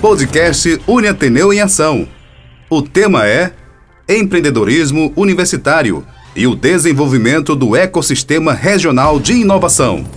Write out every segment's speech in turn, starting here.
podcast UniAteneu em Ação. O tema é Empreendedorismo Universitário e o desenvolvimento do ecossistema regional de inovação.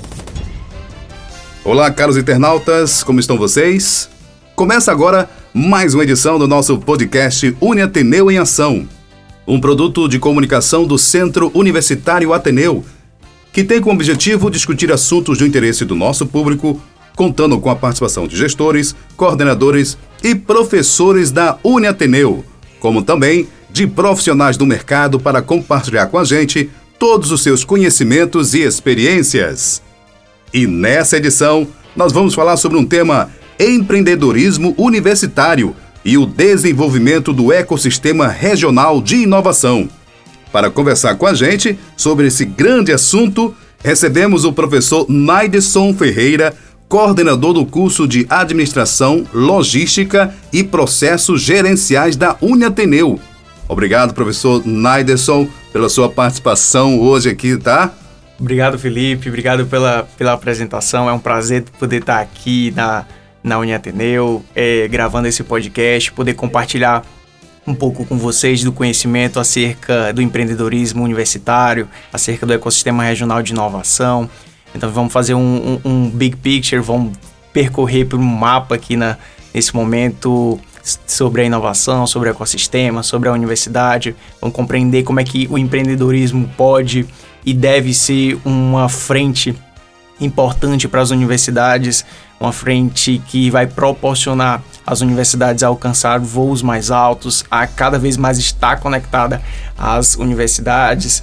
Olá, caros internautas, como estão vocês? Começa agora mais uma edição do nosso podcast UniAteneu em Ação, um produto de comunicação do Centro Universitário Ateneu, que tem como objetivo discutir assuntos de interesse do nosso público, contando com a participação de gestores, coordenadores e professores da UniAteneu, como também de profissionais do mercado para compartilhar com a gente todos os seus conhecimentos e experiências. E nessa edição, nós vamos falar sobre um tema empreendedorismo universitário e o desenvolvimento do ecossistema regional de inovação. Para conversar com a gente sobre esse grande assunto, recebemos o professor Naiderson Ferreira, coordenador do curso de Administração, Logística e Processos Gerenciais da UniAteneu. Obrigado, professor Naiderson, pela sua participação hoje aqui, tá? Obrigado, Felipe. Obrigado pela apresentação. É um prazer poder estar aqui na UniAteneu, gravando esse podcast, poder compartilhar um pouco com vocês do conhecimento acerca do empreendedorismo universitário, acerca do ecossistema regional de inovação. Então vamos fazer um big picture, vamos percorrer por um mapa aqui nesse momento sobre a inovação, sobre o ecossistema, sobre a universidade. Vamos compreender como é que o empreendedorismo pode e deve ser uma frente importante para as universidades, uma frente que vai proporcionar às universidades a alcançar voos mais altos, a cada vez mais estar conectada às universidades,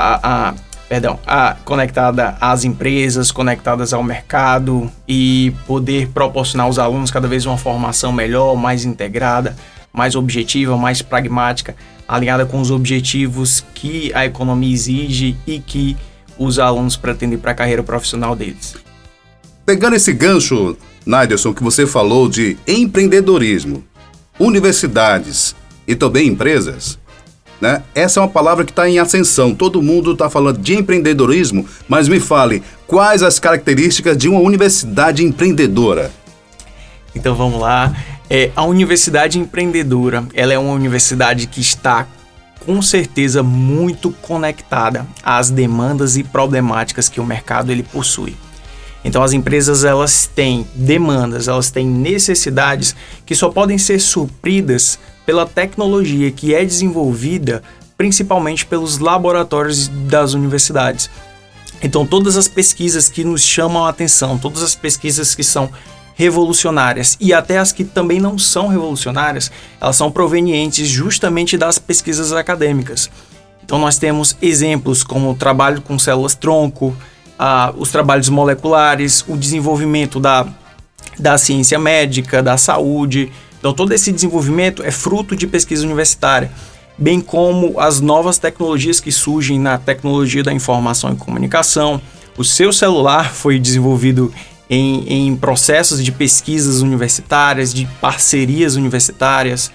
conectada às empresas, conectadas ao mercado e poder proporcionar aos alunos cada vez uma formação melhor, mais integrada, mais objetiva, mais pragmática, alinhada com os objetivos que a economia exige e que os alunos pretendem para a carreira profissional deles. Pegando esse gancho, Naiderson, que você falou de empreendedorismo, universidades e também empresas, né? Essa é uma palavra que está em ascensão. Todo mundo está falando de empreendedorismo, mas me fale, quais as características de uma universidade empreendedora? Então vamos lá. A universidade empreendedora, ela é uma universidade que está com certeza muito conectada às demandas e problemáticas que o mercado ele possui. Então as empresas elas têm demandas, elas têm necessidades que só podem ser supridas pela tecnologia que é desenvolvida principalmente pelos laboratórios das universidades. Então todas as pesquisas que nos chamam a atenção, todas as pesquisas que são revolucionárias e até as que também não são revolucionárias, elas são provenientes justamente das pesquisas acadêmicas. Então nós temos exemplos como o trabalho com células-tronco, os trabalhos moleculares, o desenvolvimento da ciência médica, da saúde. Então todo esse desenvolvimento é fruto de pesquisa universitária, bem como as novas tecnologias que surgem na tecnologia da informação e comunicação. O seu celular foi desenvolvido em processos de pesquisas universitárias, de parcerias universitárias,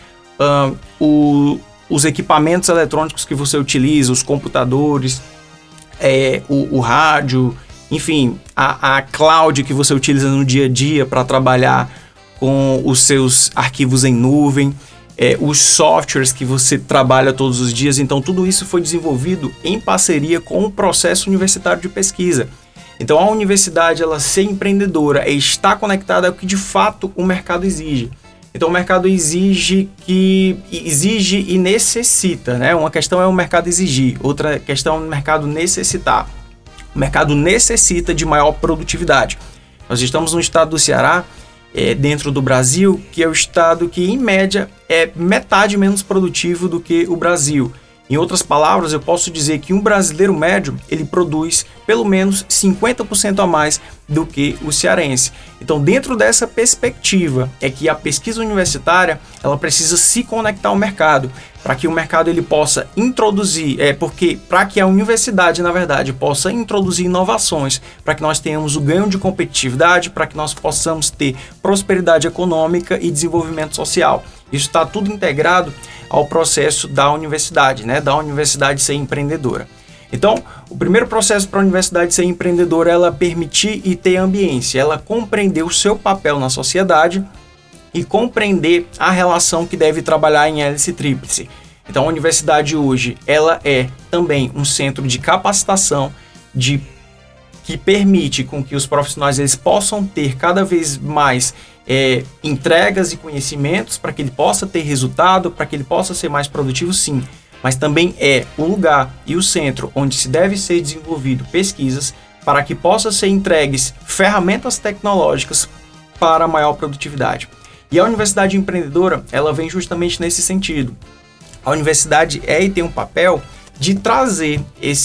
os equipamentos eletrônicos que você utiliza, os computadores, o rádio, enfim, a cloud que você utiliza no dia a dia para trabalhar com os seus arquivos em nuvem, os softwares que você trabalha todos os dias. Então tudo isso foi desenvolvido em parceria com o processo universitário de pesquisa. Então a universidade, ela ser empreendedora e estar conectada ao que de fato o mercado exige. Então o mercado exige e necessita, né? Uma questão é o mercado exigir, outra questão é o mercado necessitar. O mercado necessita de maior produtividade. Nós estamos no estado do Ceará, dentro do Brasil, que é o estado que em média é metade menos produtivo do que o Brasil. Em outras palavras, eu posso dizer que um brasileiro médio, ele produz pelo menos 50% a mais do que o cearense. Então, dentro dessa perspectiva, é que a pesquisa universitária, ela precisa se conectar ao mercado, para que o mercado ele possa introduzir, para que a universidade, na verdade, possa introduzir inovações, para que nós tenhamos o ganho de competitividade, para que nós possamos ter prosperidade econômica e desenvolvimento social. Isso está tudo integrado ao processo da universidade, né? Da universidade ser empreendedora. Então, o primeiro processo para a universidade ser empreendedora é ela permitir e ter ambiência, ela compreender o seu papel na sociedade e compreender a relação que deve trabalhar em hélice tríplice. Então a universidade hoje, ela é também um centro de capacitação que permite com que os profissionais eles possam ter cada vez mais entregas e conhecimentos para que ele possa ter resultado, para que ele possa ser mais produtivo, sim. Mas também é o lugar e o centro onde se deve ser desenvolvido pesquisas para que possam ser entregues ferramentas tecnológicas para maior produtividade. E a universidade empreendedora, ela vem justamente nesse sentido. A universidade e tem um papel de trazer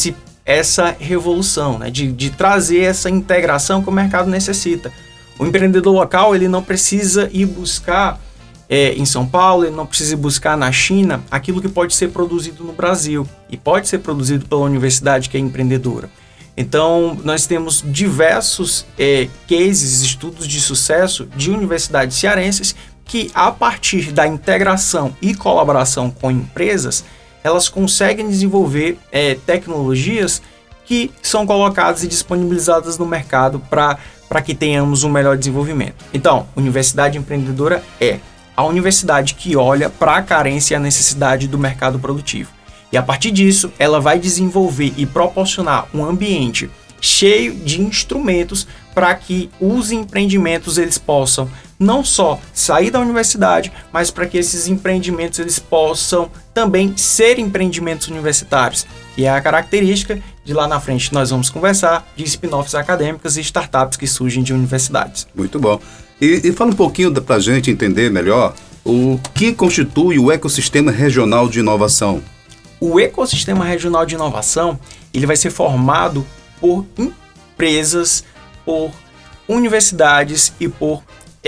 essa revolução, né? de trazer essa integração que o mercado necessita. O empreendedor local ele não precisa ir buscar em São Paulo, ele não precisa ir buscar na China aquilo que pode ser produzido no Brasil e pode ser produzido pela universidade que é empreendedora. Então, nós temos diversos cases, estudos de sucesso de universidades cearenses que, a partir da integração e colaboração com empresas, elas conseguem desenvolver tecnologias que são colocadas e disponibilizadas no mercado para que tenhamos um melhor desenvolvimento. Então, universidade empreendedora é a universidade que olha para a carência e a necessidade do mercado produtivo. E a partir disso, ela vai desenvolver e proporcionar um ambiente cheio de instrumentos para que os empreendimentos eles possam não só sair da universidade, mas para que esses empreendimentos eles possam também ser empreendimentos universitários. E é a característica de lá na frente nós vamos conversar de spin-offs acadêmicas e startups que surgem de universidades. Muito bom. E fala um pouquinho para a gente entender melhor o que constitui o ecossistema regional de inovação. O ecossistema regional de inovação ele vai ser formado por empresas, por universidades e por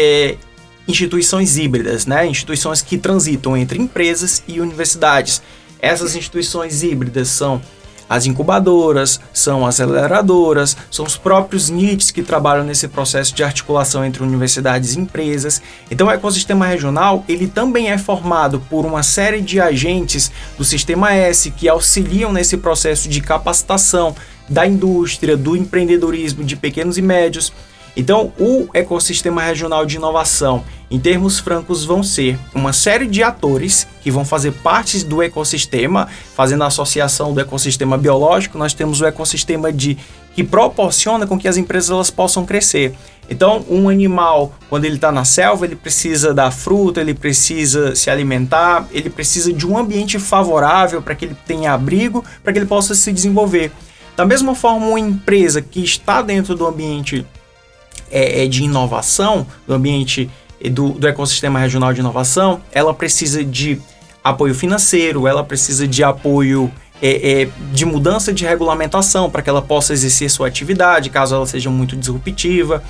instituições híbridas, né? Instituições que transitam entre empresas e universidades. Essas instituições híbridas são as incubadoras, são as aceleradoras, são os próprios NITs que trabalham nesse processo de articulação entre universidades e empresas. Então o ecossistema regional ele também é formado por uma série de agentes do Sistema S que auxiliam nesse processo de capacitação da indústria, do empreendedorismo de pequenos e médios. Então, o ecossistema regional de inovação, em termos francos, vão ser uma série de atores que vão fazer parte do ecossistema, fazendo a associação do ecossistema biológico. Nós temos o ecossistema que proporciona com que as empresas elas possam crescer. Então, um animal, quando ele está na selva, ele precisa da fruta, ele precisa se alimentar, ele precisa de um ambiente favorável para que ele tenha abrigo, para que ele possa se desenvolver. Da mesma forma, uma empresa que está dentro do ambiente de inovação, do ambiente do ecossistema regional de inovação, ela precisa de apoio financeiro, ela precisa de apoio de mudança de regulamentação para que ela possa exercer sua atividade, caso ela seja muito disruptiva.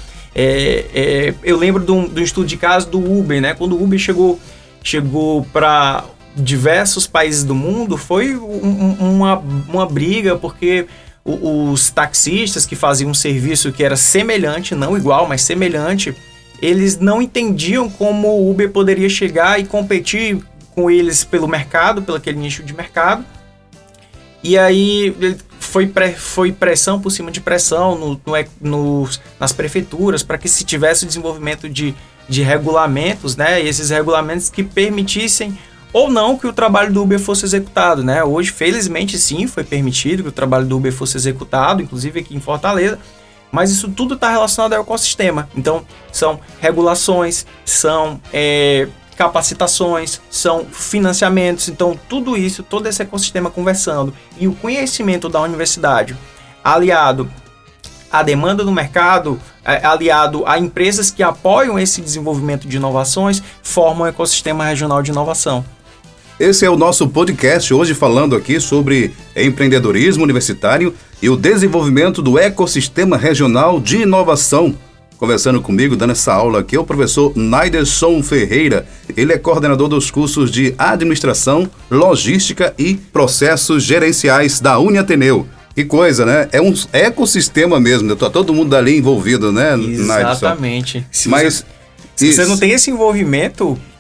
Eu lembro de um estudo de caso do Uber, né? Quando o Uber chegou para diversos países do mundo, foi uma briga, porque os taxistas que faziam um serviço que era semelhante, não igual, mas semelhante, eles não entendiam como o Uber poderia chegar e competir com eles pelo mercado, pelo aquele nicho de mercado. E aí foi pressão por cima de pressão nas prefeituras para que se tivesse o desenvolvimento de regulamentos, né? E esses regulamentos que permitissem ou não que o trabalho do Uber fosse executado, né? Hoje, felizmente, sim, foi permitido que o trabalho do Uber fosse executado, inclusive aqui em Fortaleza, mas isso tudo está relacionado ao ecossistema. Então, são regulações, são capacitações, são financiamentos. Então, tudo isso, todo esse ecossistema conversando e o conhecimento da universidade, aliado à demanda do mercado, aliado a empresas que apoiam esse desenvolvimento de inovações, formam um ecossistema regional de inovação. Esse é o nosso podcast, hoje falando aqui sobre empreendedorismo universitário e o desenvolvimento do ecossistema regional de inovação. Conversando comigo, dando essa aula aqui, é o professor Naiderson Ferreira. Ele é coordenador dos cursos de Administração, Logística e Processos Gerenciais da Uniateneu. Que coisa, né? É um ecossistema mesmo, tá todo mundo ali envolvido, né, Naiderson? Exatamente. Se você não tem esse envolvimento,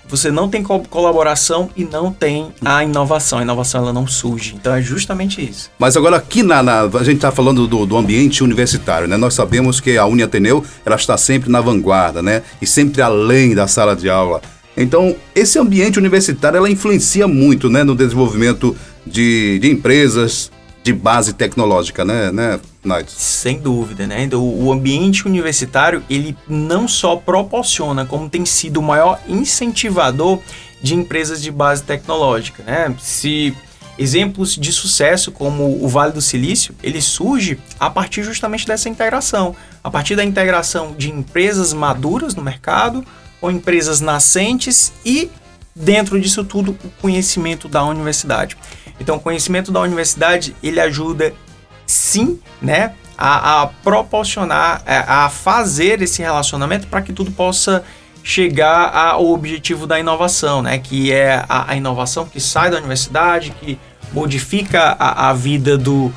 você não tem colaboração e não tem a inovação. A inovação ela não surge. Então é justamente isso. Mas agora aqui a gente está falando do ambiente universitário, né? Nós sabemos que a Uniateneu ela está sempre na vanguarda, né? E sempre além da sala de aula. Então, esse ambiente universitário ela influencia muito, né, no desenvolvimento de empresas de base tecnológica, né, Naides? Sem dúvida, né? Então, o ambiente universitário, ele não só proporciona, como tem sido o maior incentivador de empresas de base tecnológica, né? Exemplos de sucesso como o Vale do Silício, ele surge a partir justamente dessa integração, a partir da integração de empresas maduras no mercado com empresas nascentes e, dentro disso tudo, o conhecimento da universidade. Então, o conhecimento da universidade, ele ajuda, sim, né, a proporcionar, a fazer esse relacionamento para que tudo possa chegar ao objetivo da inovação, né, que é a inovação que sai da universidade, que modifica a vida do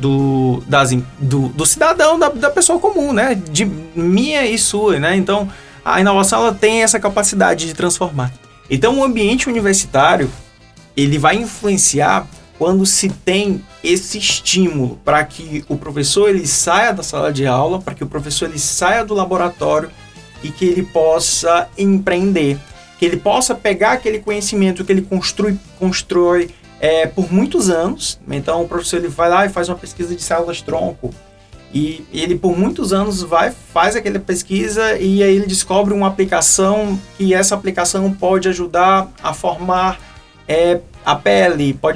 cidadão, da pessoa comum, né, de minha e sua, né. Então, a inovação ela tem essa capacidade de transformar. Então, o ambiente universitário, ele vai influenciar quando se tem esse estímulo para que o professor ele saia da sala de aula, para que o professor ele saia do laboratório e que ele possa empreender, que ele possa pegar aquele conhecimento que ele constrói por muitos anos. Então, o professor ele vai lá e faz uma pesquisa de células-tronco, e ele por muitos anos faz aquela pesquisa e aí ele descobre uma aplicação que essa aplicação pode ajudar a formar a pele, pode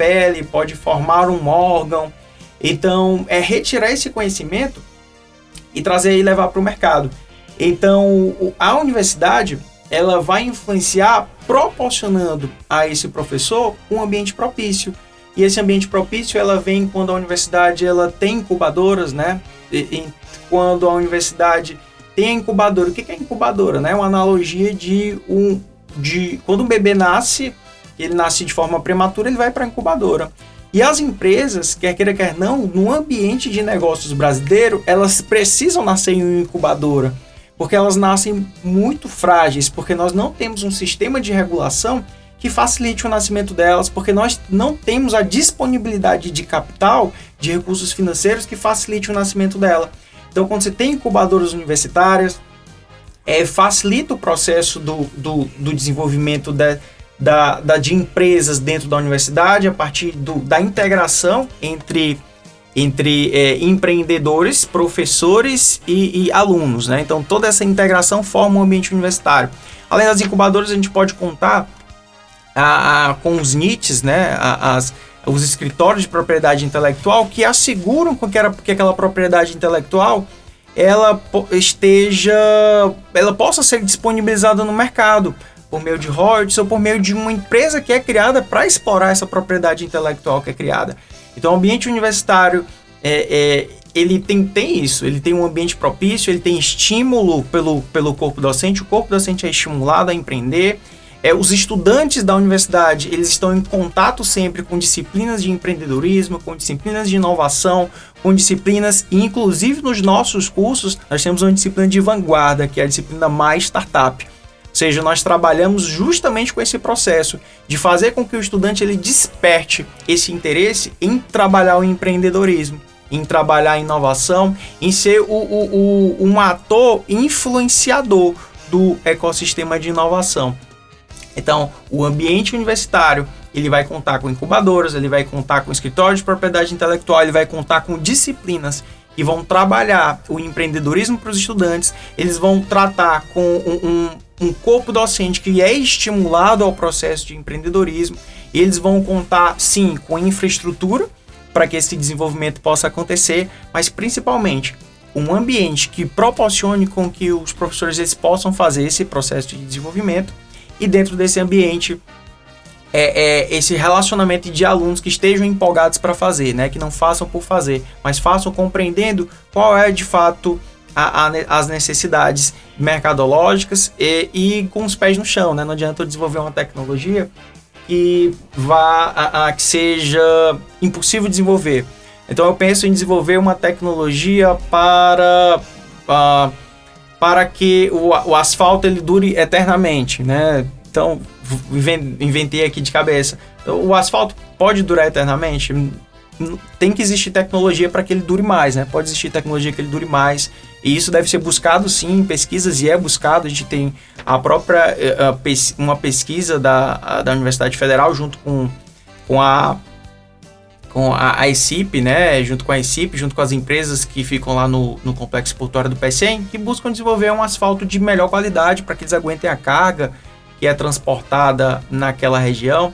formar um órgão. Então, é retirar esse conhecimento e trazer e levar para o mercado. Então, a universidade ela vai influenciar proporcionando a esse professor um ambiente propício. E esse ambiente propício, ela vem quando a universidade ela tem incubadoras, né? Quando a universidade tem a incubadora. O que é incubadora? Né? Uma analogia de quando um bebê nasce, ele nasce de forma prematura, ele vai para a incubadora. E as empresas, quer queira, quer não, no ambiente de negócios brasileiro, elas precisam nascer em uma incubadora, porque elas nascem muito frágeis, porque nós não temos um sistema de regulação que facilite o nascimento delas, porque nós não temos a disponibilidade de capital, de recursos financeiros que facilite o nascimento dela. Então, quando você tem incubadoras universitárias, facilita o processo do desenvolvimento de empresas dentro da universidade, a partir da integração entre empreendedores, professores e alunos, né? Então, toda essa integração forma um ambiente universitário. Além das incubadoras, a gente pode contar com os NITs, né? Os escritórios de propriedade intelectual que asseguram que aquela propriedade intelectual ela possa ser disponibilizada no mercado por meio de royalties ou por meio de uma empresa que é criada para explorar essa propriedade intelectual que é criada. Então, o ambiente universitário, ele tem isso, ele tem um ambiente propício, ele tem estímulo pelo corpo docente, o corpo docente é estimulado a empreender. Os estudantes da universidade, eles estão em contato sempre com disciplinas de empreendedorismo, com disciplinas de inovação, com disciplinas, e inclusive nos nossos cursos, nós temos uma disciplina de vanguarda, que é a disciplina Mais Startup. Ou seja, nós trabalhamos justamente com esse processo de fazer com que o estudante ele desperte esse interesse em trabalhar o empreendedorismo, em trabalhar a inovação, em ser um ator influenciador do ecossistema de inovação. Então, o ambiente universitário, ele vai contar com incubadoras, ele vai contar com escritórios de propriedade intelectual, ele vai contar com disciplinas que vão trabalhar o empreendedorismo para os estudantes, eles vão tratar com um corpo docente que é estimulado ao processo de empreendedorismo, e eles vão contar, sim, com infraestrutura para que esse desenvolvimento possa acontecer, mas principalmente um ambiente que proporcione com que os professores eles possam fazer esse processo de desenvolvimento. E dentro desse ambiente, esse relacionamento de alunos que estejam empolgados para fazer, né? Que não façam por fazer, mas façam compreendendo qual é de fato as necessidades mercadológicas e com os pés no chão, né? Não adianta eu desenvolver uma tecnologia que seja impossível desenvolver. Então eu penso em desenvolver uma tecnologia para que o asfalto ele dure eternamente, né? Então, inventei aqui de cabeça. O asfalto pode durar eternamente? Tem que existir tecnologia para que ele dure mais, né? Pode existir tecnologia que ele dure mais. E isso deve ser buscado, sim, em pesquisas, e é buscado. A gente tem a própria uma pesquisa da Universidade Federal junto com a ECIP, né? Junto com a ECIP, junto com as empresas que ficam lá no complexo portuário do PECEM, que buscam desenvolver um asfalto de melhor qualidade para que eles aguentem a carga que é transportada naquela região.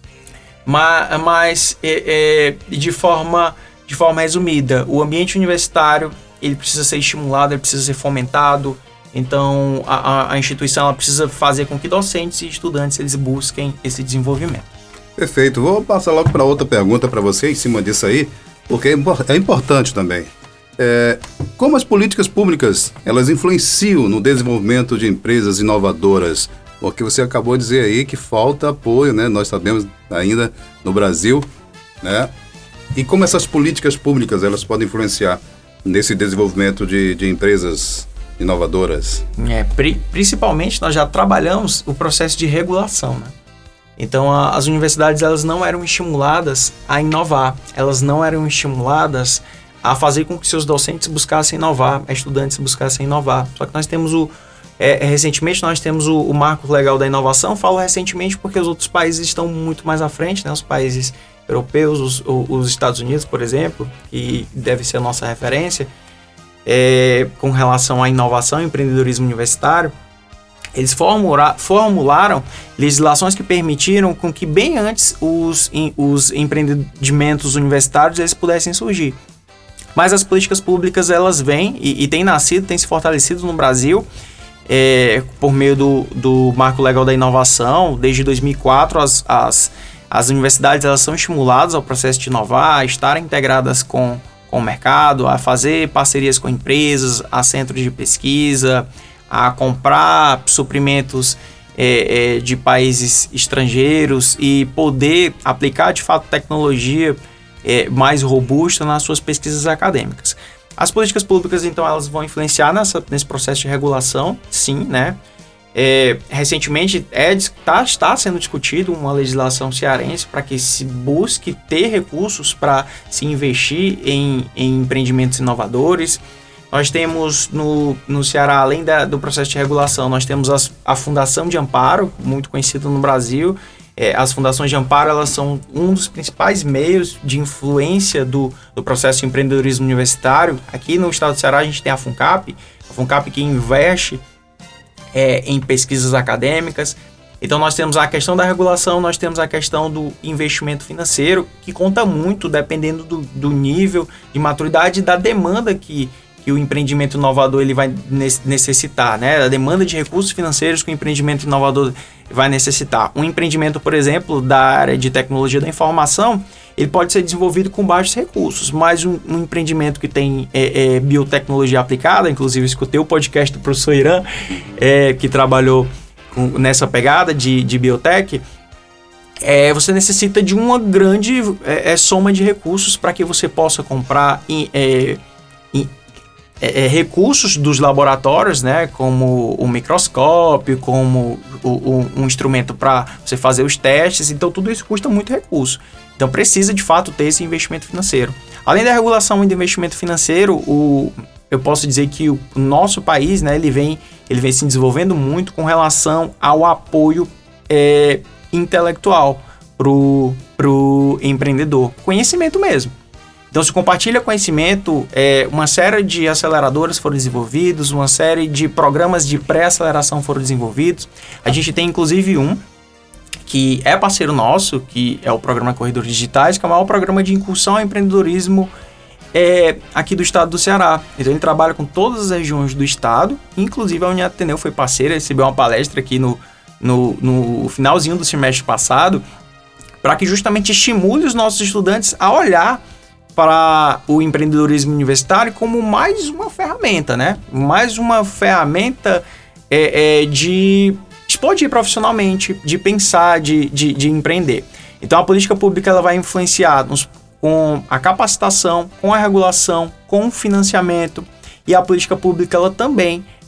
Mas de forma resumida, o ambiente universitário ele precisa ser estimulado, ele precisa ser fomentado. Então a instituição ela precisa fazer com que docentes e estudantes eles busquem esse desenvolvimento. Perfeito. Vou passar logo para outra pergunta para você em cima disso aí, porque é importante também. Como as políticas públicas elas influenciam no desenvolvimento de empresas inovadoras? Porque você acabou de dizer aí que falta apoio, né? Nós sabemos ainda no Brasil, né? E como essas políticas públicas elas podem influenciar nesse desenvolvimento de empresas inovadoras? Principalmente nós já trabalhamos o processo de regulação, né? Então as universidades elas não eram estimuladas a inovar, elas não eram estimuladas a fazer com que seus docentes buscassem inovar, estudantes buscassem inovar. Só que nós temos recentemente nós temos o marco legal da inovação. Falo recentemente porque os outros países estão muito mais à frente, né? Os países europeus, os Estados Unidos, por exemplo, que deve ser a nossa referência, com relação à inovação e empreendedorismo universitário. Eles formularam legislações que permitiram com que bem antes os empreendimentos universitários eles pudessem surgir. Mas as políticas públicas elas vêm e têm nascido, têm se fortalecido no Brasil por meio do Marco Legal da Inovação. Desde 2004 as universidades elas são estimuladas ao processo de inovar, a estarem integradas com o mercado, a fazer parcerias com empresas, a centros de pesquisa, a comprar suprimentos de países estrangeiros e poder aplicar de fato tecnologia mais robusta nas suas pesquisas acadêmicas. As políticas públicas, então, elas vão influenciar nesse processo de regulação, sim, né? Recentemente está sendo discutido uma legislação cearense para que se busque ter recursos para se investir em empreendimentos inovadores. Nós temos no Ceará, além do processo de regulação, nós temos a Fundação de Amparo, muito conhecida no Brasil. As fundações de amparo elas são um dos principais meios de influência do processo de empreendedorismo universitário. Aqui no estado do Ceará a gente tem a FUNCAP que investe em pesquisas acadêmicas. Então nós temos a questão da regulação, nós temos a questão do investimento financeiro, que conta muito dependendo do nível de maturidade e da demanda que o empreendimento inovador ele vai necessitar, né? A demanda de recursos financeiros que o empreendimento inovador vai necessitar. Um empreendimento, por exemplo, da área de tecnologia da informação, ele pode ser desenvolvido com baixos recursos, mas um empreendimento que tem biotecnologia aplicada, inclusive escutei o podcast do professor Irã, que trabalhou nessa pegada de biotech, você necessita de uma grande soma de recursos para que você possa comprar recursos dos laboratórios, né, como o microscópio, como um instrumento para você fazer os testes. Então tudo isso custa muito recurso. Então precisa de fato ter esse investimento financeiro. Além da regulação e do investimento financeiro, eu posso dizer que o nosso país, né, ele vem se desenvolvendo muito com relação ao apoio intelectual pro empreendedor, conhecimento mesmo. Então, se compartilha conhecimento, uma série de aceleradoras foram desenvolvidos, uma série de programas de pré-aceleração foram desenvolvidos. A gente tem, inclusive, um que é parceiro nosso, que é o programa Corredores Digitais, que é o maior programa de incursão ao empreendedorismo aqui do estado do Ceará. Então, ele trabalha com todas as regiões do estado, inclusive a Uniateneu foi parceira, recebeu uma palestra aqui no finalzinho do semestre passado, para que justamente estimule os nossos estudantes a olhar para o empreendedorismo universitário como mais uma ferramenta, né? Mais uma ferramenta de explodir profissionalmente, de pensar, de empreender. Então, a política pública ela vai influenciar com a capacitação, com a regulação, com o financiamento, e a política pública ela também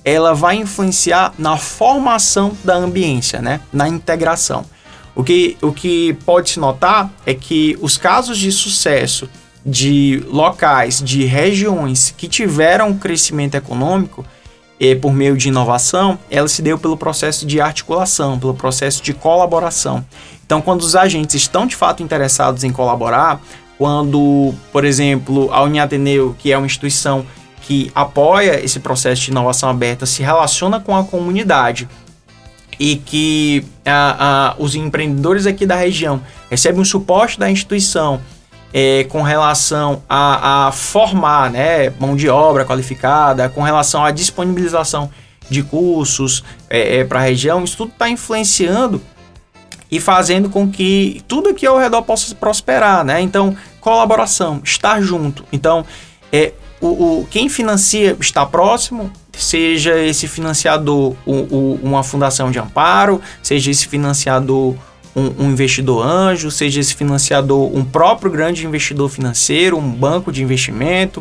ela vai influenciar na formação da ambiência, né? Na integração. O que pode se notar é que os casos de sucesso de locais, de regiões que tiveram crescimento econômico por meio de inovação, ela se deu pelo processo de articulação, pelo processo de colaboração. Então, quando os agentes estão de fato interessados em colaborar, quando, por exemplo, a Uniateneu, que é uma instituição que apoia esse processo de inovação aberta, se relaciona com a comunidade e que os empreendedores aqui da região recebem um suporte da instituição com relação a formar, né, mão de obra qualificada, com relação à disponibilização de cursos para a região, isso tudo está influenciando e fazendo com que tudo aqui ao redor possa prosperar, né? Então, colaboração, estar junto. Então, quem financia está próximo, seja esse financiador uma fundação de amparo, seja esse financiador um investidor anjo, seja esse financiador um próprio grande investidor financeiro, um banco de investimento,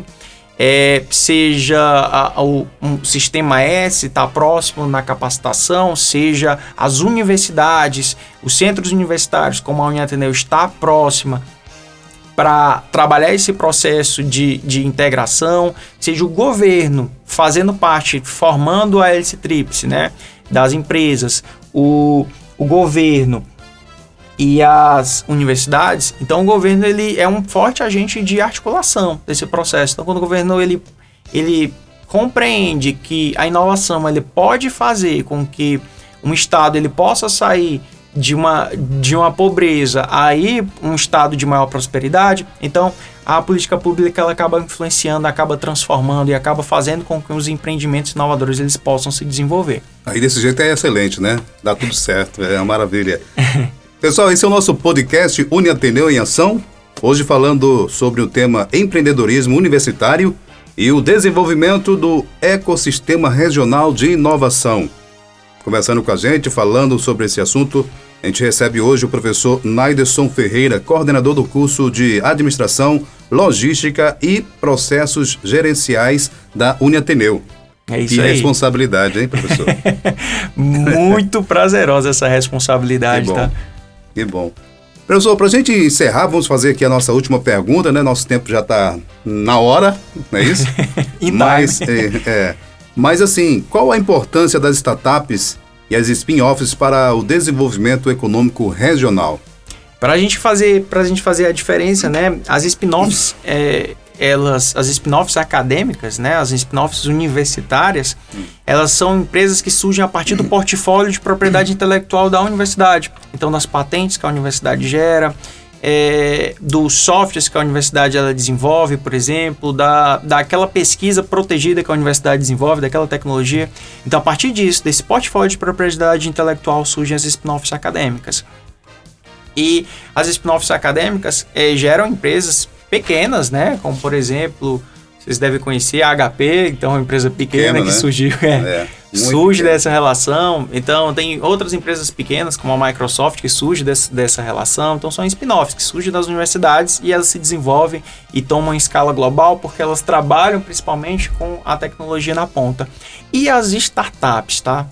seja um Sistema S está próximo na capacitação, seja as universidades, os centros universitários, como a Uniateneu está próxima para trabalhar esse processo de integração, seja o governo fazendo parte, formando a hélice tríplice, né, das empresas, o governo e as universidades. Então o governo ele é um forte agente de articulação desse processo. Então quando o governo ele compreende que a inovação ele pode fazer com que um estado ele possa sair de uma pobreza aí um estado de maior prosperidade, então a política pública ela acaba influenciando, acaba transformando e acaba fazendo com que os empreendimentos inovadores eles possam se desenvolver. Aí desse jeito é excelente, né? Dá tudo certo, é uma maravilha. Pessoal, esse é o nosso podcast Uniateneu em Ação, hoje falando sobre o tema empreendedorismo universitário e o desenvolvimento do ecossistema regional de inovação. Conversando com a gente, falando sobre esse assunto, a gente recebe hoje o professor Naiderson Ferreira, coordenador do curso de Administração, Logística e Processos Gerenciais da Uniateneu. É isso aí. Que responsabilidade, hein, professor? Muito prazerosa essa responsabilidade, que bom, tá? Que bom. Professor, para a gente encerrar, vamos fazer aqui a nossa última pergunta, né? Nosso tempo já está na hora, não é isso? Mas assim, qual a importância das startups e as spin-offs para o desenvolvimento econômico regional? Para a gente fazer a diferença, né? As spin-offs, as spin-offs acadêmicas, né? As spin-offs universitárias, elas são empresas que surgem a partir do portfólio de propriedade intelectual da universidade. Então, das patentes que a universidade gera, dos softwares que a universidade ela desenvolve, por exemplo, daquela pesquisa protegida que a universidade desenvolve, daquela tecnologia. Então, a partir disso, desse portfólio de propriedade intelectual, surgem as spin-offs acadêmicas. E as spin-offs acadêmicas geram empresas pequenas, né? Como, por exemplo, vocês devem conhecer a HP, então é uma empresa pequena que, né, surgiu, surge pequeno. Dessa relação. Então, tem outras empresas pequenas, como a Microsoft, que surge dessa relação. Então, são spin-offs que surgem das universidades e elas se desenvolvem e tomam em escala global porque elas trabalham principalmente com a tecnologia na ponta. E as startups, tá?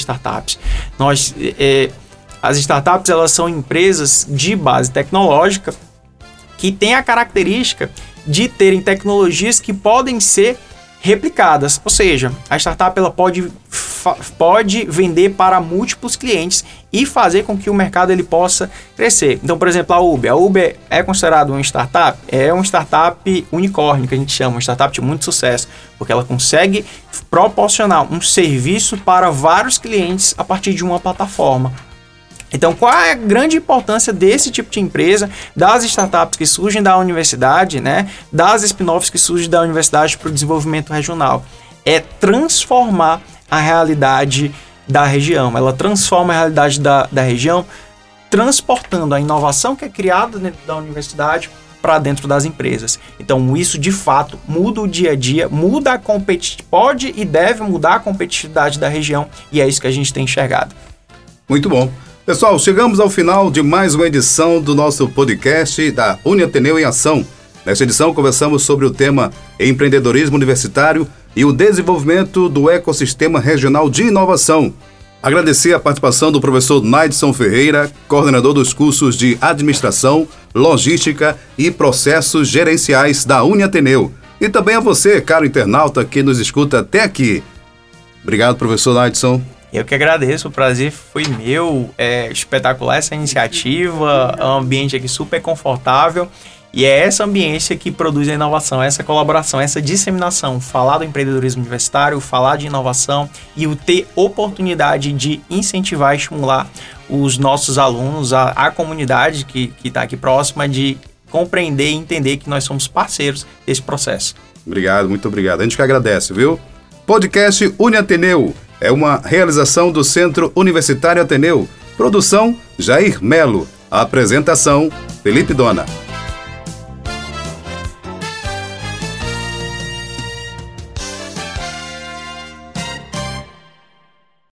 As startups, elas são empresas de base tecnológica que têm a característica de terem tecnologias que podem ser replicadas. Ou seja, a startup ela pode vender para múltiplos clientes e fazer com que o mercado ele possa crescer. Então, por exemplo, a Uber. A Uber é considerada uma startup? É uma startup unicórnio, que a gente chama, uma startup de muito sucesso, porque ela consegue proporcionar um serviço para vários clientes a partir de uma plataforma. Então, qual é a grande importância desse tipo de empresa, das startups que surgem da universidade, né, das spin-offs que surgem da universidade para o desenvolvimento regional? É transformar a realidade da região. Ela transforma a realidade da região, transportando a inovação que é criada dentro da universidade para dentro das empresas. Então, isso, de fato, muda o dia a dia, pode e deve mudar a competitividade da região, e é isso que a gente tem enxergado. Muito bom. Pessoal, chegamos ao final de mais uma edição do nosso podcast da Uniateneu em Ação. Nesta edição, conversamos sobre o tema empreendedorismo universitário e o desenvolvimento do ecossistema regional de inovação. Agradecer a participação do professor Naidson Ferreira, coordenador dos cursos de Administração, Logística e Processos Gerenciais da Uniateneu. E também a você, caro internauta, que nos escuta até aqui. Obrigado, professor Naidson. Eu que agradeço, o prazer foi meu. É espetacular essa iniciativa, é um ambiente aqui super confortável. E é essa ambiência que produz a inovação, essa colaboração, essa disseminação. Falar do empreendedorismo universitário, falar de inovação e o ter oportunidade de incentivar e estimular os nossos alunos, a comunidade que está aqui próxima, de compreender e entender que nós somos parceiros desse processo. Obrigado, muito obrigado. A gente que agradece, viu? Podcast Uniateneu é uma realização do Centro Universitário Ateneu. Produção Jair Melo. Apresentação Felipe Dona.